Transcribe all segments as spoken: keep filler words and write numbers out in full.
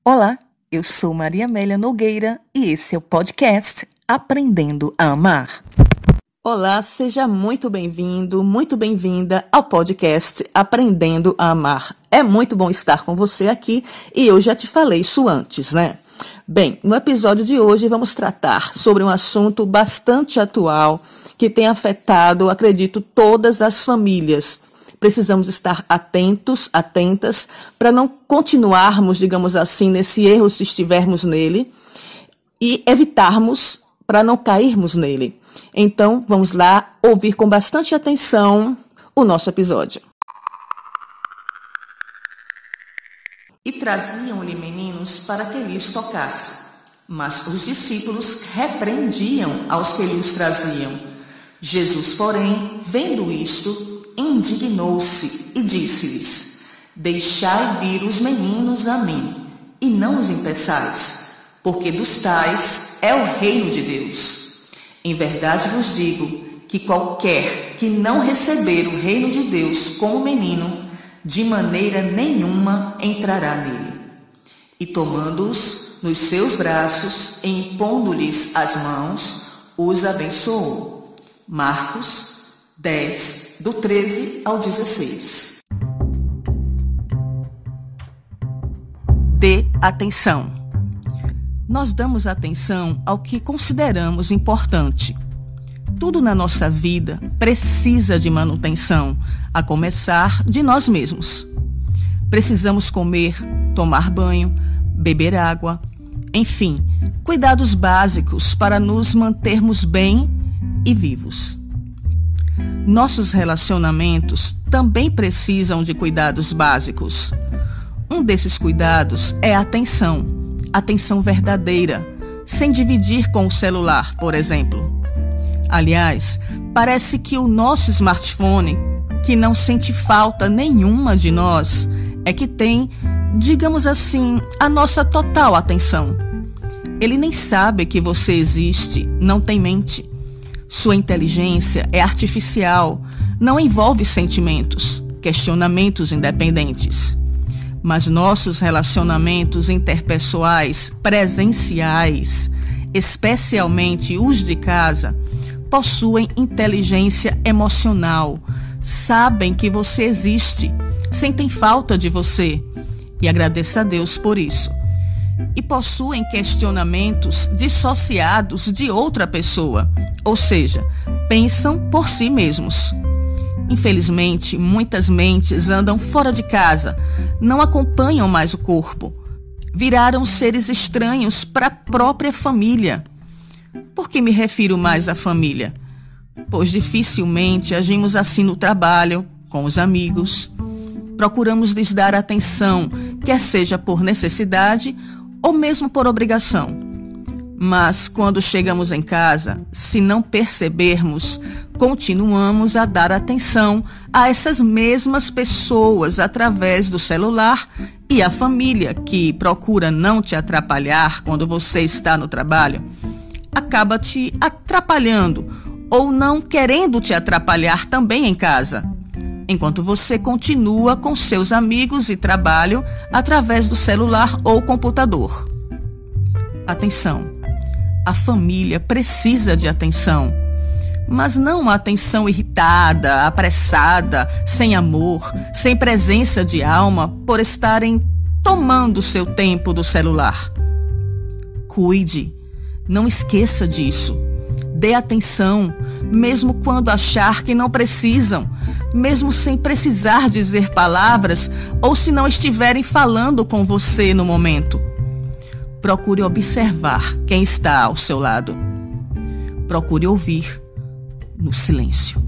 Olá, eu sou Maria Amélia Nogueira e esse é o podcast Aprendendo a Amar. Olá, seja muito bem-vindo, muito bem-vinda ao podcast Aprendendo a Amar. É muito bom estar com você aqui e eu já te falei isso antes, né? Bem, no episódio de hoje vamos tratar sobre um assunto bastante atual que tem afetado, acredito, todas as famílias. Precisamos estar atentos, atentas, para não continuarmos, digamos assim, nesse erro se estivermos nele e evitarmos para não cairmos nele. Então, vamos lá ouvir com bastante atenção o nosso episódio. E traziam-lhe meninos para que lhes tocasse, mas os discípulos repreendiam aos que lhes traziam. Jesus, porém, vendo isto, indignou-se e disse-lhes: Deixai vir os meninos a mim, e não os impeçais, porque dos tais é o reino de Deus. Em verdade vos digo que qualquer que não receber o reino de Deus como menino, de maneira nenhuma entrará nele. E tomando-os nos seus braços, e impondo-lhes as mãos, os abençoou. Marcos dez, do treze ao dezesseis. Dê atenção. Nós damos atenção ao que consideramos importante. Tudo na nossa vida precisa de manutenção, a começar de nós mesmos. Precisamos comer, tomar banho, beber água, enfim, cuidados básicos para nos mantermos bem e vivos. Nossos relacionamentos também precisam de cuidados básicos. Um desses cuidados é a atenção, atenção verdadeira, sem dividir com o celular, por exemplo. Aliás, parece que o nosso smartphone, que não sente falta nenhuma de nós, é que tem, digamos assim, a nossa total atenção. Ele nem sabe que você existe, não tem mente. Sua inteligência é artificial, não envolve sentimentos, questionamentos independentes. Mas nossos relacionamentos interpessoais, presenciais, especialmente os de casa, possuem inteligência emocional, sabem que você existe, sentem falta de você e agradeça a Deus por isso. E possuem questionamentos dissociados de outra pessoa, ou seja, pensam por si mesmos. Infelizmente, muitas mentes andam fora de casa, não acompanham mais o corpo, viraram seres estranhos para a própria família. Por que me refiro mais à família? Pois dificilmente agimos assim no trabalho, com os amigos. Procuramos lhes dar atenção, quer seja por necessidade ou mesmo por obrigação. Mas quando chegamos em casa, se não percebermos, continuamos a dar atenção a essas mesmas pessoas através do celular e a família, que procura não te atrapalhar quando você está no trabalho, acaba te atrapalhando ou não querendo te atrapalhar também em casa, enquanto você continua com seus amigos e trabalho através do celular ou computador. Atenção, a família precisa de atenção, mas não uma atenção irritada, apressada, sem amor, sem presença de alma, por estarem tomando seu tempo do celular. Cuide, não esqueça disso. Dê atenção, mesmo quando achar que não precisam, mesmo sem precisar dizer palavras ou se não estiverem falando com você no momento. Procure observar quem está ao seu lado. Procure ouvir no silêncio.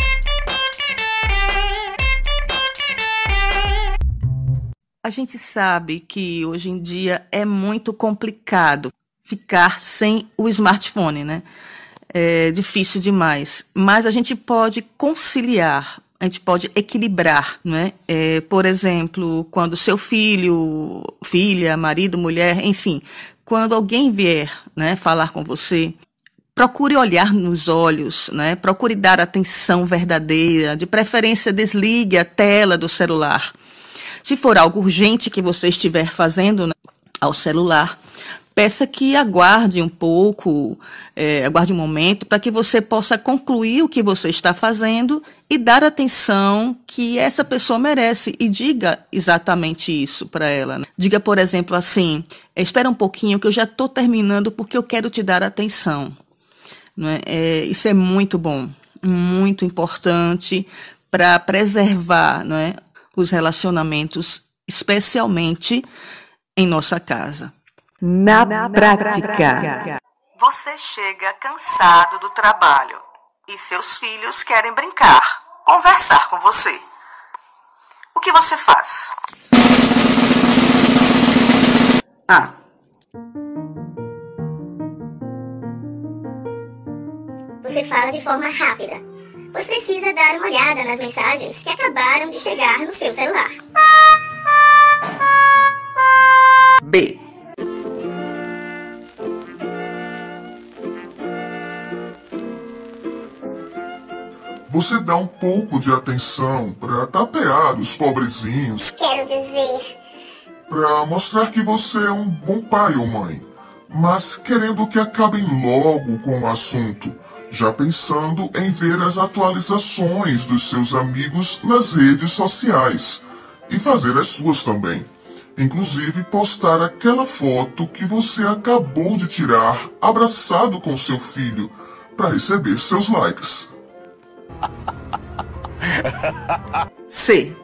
A gente sabe que hoje em dia é muito complicado ficar sem o smartphone, né? É difícil demais, mas a gente pode conciliar, a gente pode equilibrar, né? É, por exemplo, quando seu filho, filha, marido, mulher, enfim, quando alguém vier, né, falar com você, procure olhar nos olhos, né? Procure dar atenção verdadeira, de preferência desligue a tela do celular. Se for algo urgente que você estiver fazendo, né, ao celular, peça que aguarde um pouco, é, aguarde um momento, para que você possa concluir o que você está fazendo e dar a atenção que essa pessoa merece. E diga exatamente isso para ela, né? Diga, por exemplo, assim, espera um pouquinho que eu já estou terminando porque eu quero te dar atenção. Não é? É, isso é muito bom, muito importante para preservar, não é, os relacionamentos, especialmente em nossa casa. Na, Na prática. prática. Você chega cansado do trabalho e seus filhos querem brincar, conversar com você. O que você faz? A. Você fala de forma rápida, pois precisa dar uma olhada nas mensagens que acabaram de chegar no seu celular. B. Você dá um pouco de atenção para tapear os pobrezinhos. Quero dizer... Para mostrar que você é um bom pai ou mãe, mas querendo que acabem logo com o assunto, já pensando em ver as atualizações dos seus amigos nas redes sociais e fazer as suas também. Inclusive postar aquela foto que você acabou de tirar abraçado com seu filho para receber seus likes. C.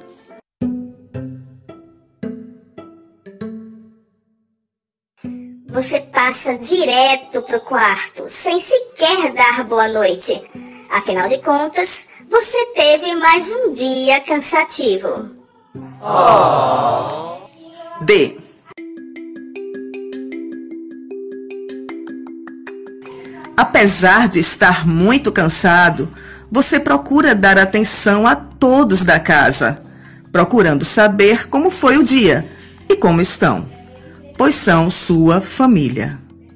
Você passa direto pro quarto, sem sequer dar boa noite. Afinal de contas, você teve mais um dia cansativo. Oh. D. Apesar de estar muito cansado, você procura dar atenção a todos da casa, procurando saber como foi o dia e como estão, pois são sua família.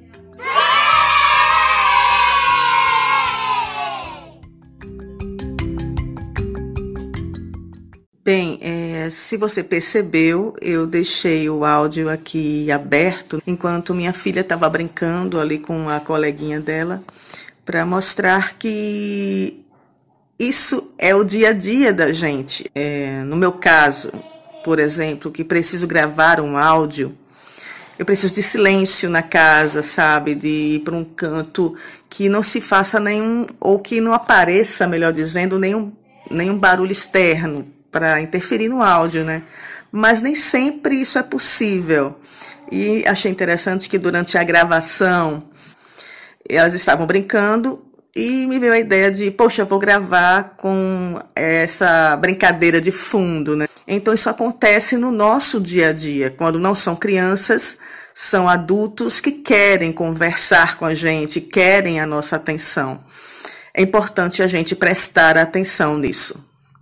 Bem, é, se você percebeu, eu deixei o áudio aqui aberto enquanto minha filha estava brincando ali com a coleguinha dela, para mostrar que isso é o dia a dia da gente. É, no meu caso, por exemplo, que preciso gravar um áudio, eu preciso de silêncio na casa, sabe? De ir para um canto que não se faça nenhum, ou que não apareça, melhor dizendo, nenhum, nenhum barulho externo para interferir no áudio, né? Mas nem sempre isso é possível. E achei interessante que durante a gravação elas estavam brincando e me veio a ideia de, poxa, eu vou gravar com essa brincadeira de fundo, né? Então isso acontece no nosso dia a dia, quando não são crianças, são adultos que querem conversar com a gente, querem a nossa atenção. É importante a gente prestar atenção nisso.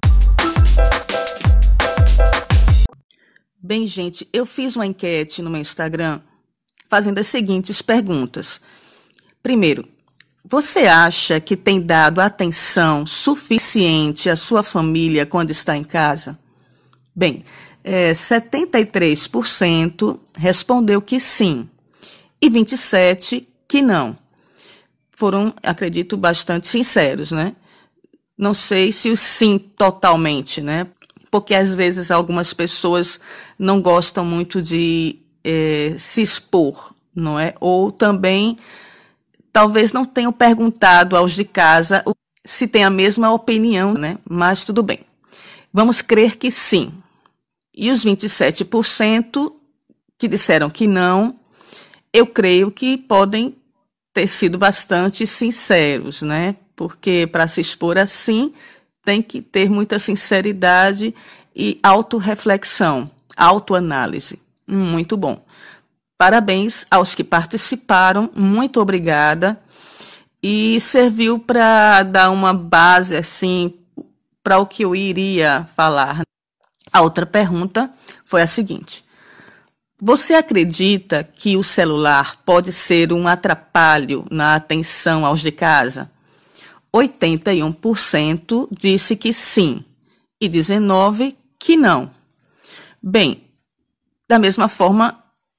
Bem, gente, eu fiz uma enquete no meu Instagram fazendo as seguintes perguntas. Primeiro, você acha que tem dado atenção suficiente à sua família quando está em casa? Bem, é, setenta e três por cento respondeu que sim e vinte e sete por cento que não. Foram, acredito, bastante sinceros, né? Não sei se o sim totalmente, né? Porque às vezes algumas pessoas não gostam muito de é, se expor, não é? Ou também talvez não tenham perguntado aos de casa se tem a mesma opinião, né? Mas tudo bem. Vamos crer que sim. E os vinte e sete por cento que disseram que não, eu creio que podem ter sido bastante sinceros, né? Porque para se expor assim, tem que ter muita sinceridade e autorreflexão, autoanálise. Muito bom. Parabéns aos que participaram, muito obrigada. E serviu para dar uma base, assim, para o que eu iria falar. A outra pergunta foi a seguinte: você acredita que o celular pode ser um atrapalho na atenção aos de casa? oitenta e um por cento disse que sim e dezenove por cento que não. Bem, da mesma forma,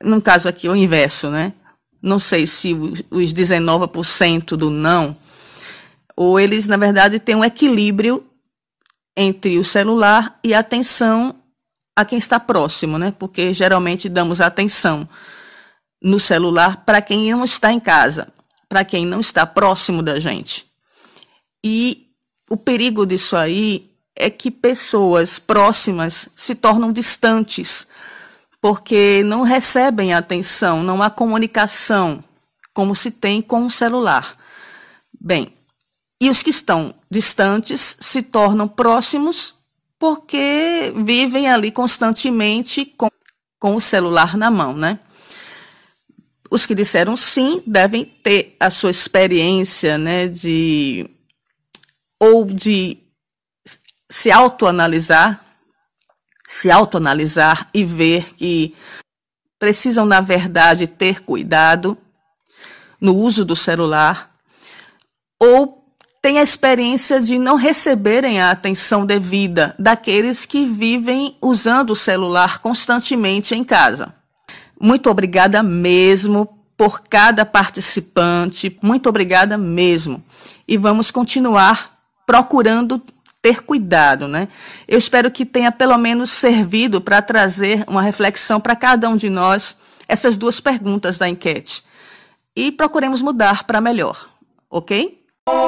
no caso aqui, o inverso, né? Não sei se os dezenove por cento do não, ou eles, na verdade, têm um equilíbrio entre o celular e a atenção a quem está próximo, né? Porque geralmente damos atenção no celular para quem não está em casa, para quem não está próximo da gente. E o perigo disso aí é que pessoas próximas se tornam distantes, porque não recebem atenção, não há comunicação como se tem com o celular. Bem, e os que estão distantes se tornam próximos porque vivem ali constantemente com, com o celular na mão, né? Os que disseram sim devem ter a sua experiência, né, de ou de se autoanalisar, se autoanalisar e ver que precisam, na verdade, ter cuidado no uso do celular, ou tem a experiência de não receberem a atenção devida daqueles que vivem usando o celular constantemente em casa. Muito obrigada mesmo por cada participante, muito obrigada mesmo. E vamos continuar procurando ter cuidado, né? Eu espero que tenha pelo menos servido para trazer uma reflexão para cada um de nós, essas duas perguntas da enquete. E procuremos mudar para melhor, ok?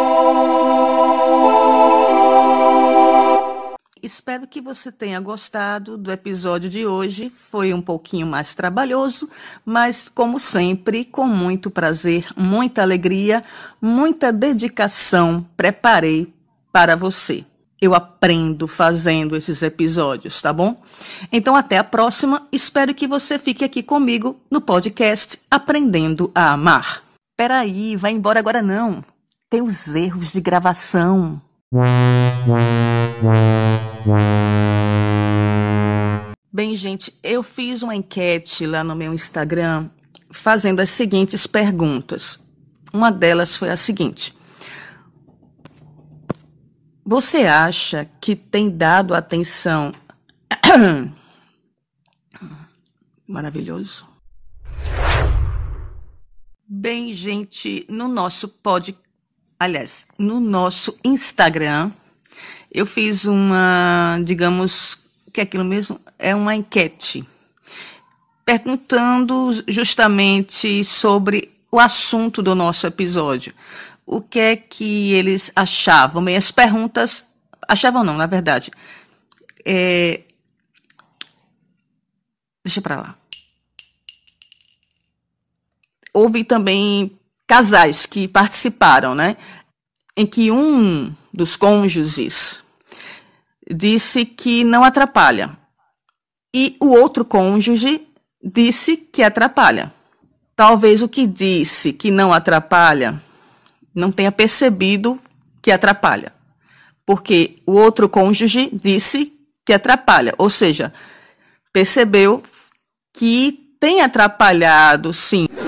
Espero que você tenha gostado do episódio de hoje. Foi um pouquinho mais trabalhoso, mas, como sempre, com muito prazer, muita alegria, muita dedicação, preparei para você. Eu aprendo fazendo esses episódios, tá bom? Então, até a próxima. Espero que você fique aqui comigo no podcast Aprendendo a Amar. Peraí, vai embora agora não. Tem os erros de gravação. Bem, gente, eu fiz uma enquete lá no meu Instagram fazendo as seguintes perguntas. Uma delas foi a seguinte: você acha que tem dado atenção... Maravilhoso. Bem, gente, no nosso podcast, aliás, no nosso Instagram, eu fiz uma, digamos, que é aquilo mesmo, é uma enquete, perguntando justamente sobre o assunto do nosso episódio. O que é que eles achavam? Bem, as perguntas... Achavam não, na verdade. É, deixa pra lá. Houve também casais que participaram, né? Em que um dos cônjuges disse que não atrapalha. E o outro cônjuge disse que atrapalha. Talvez o que disse que não atrapalha não tenha percebido que atrapalha, porque o outro cônjuge disse que atrapalha, ou seja, percebeu que tem atrapalhado, sim.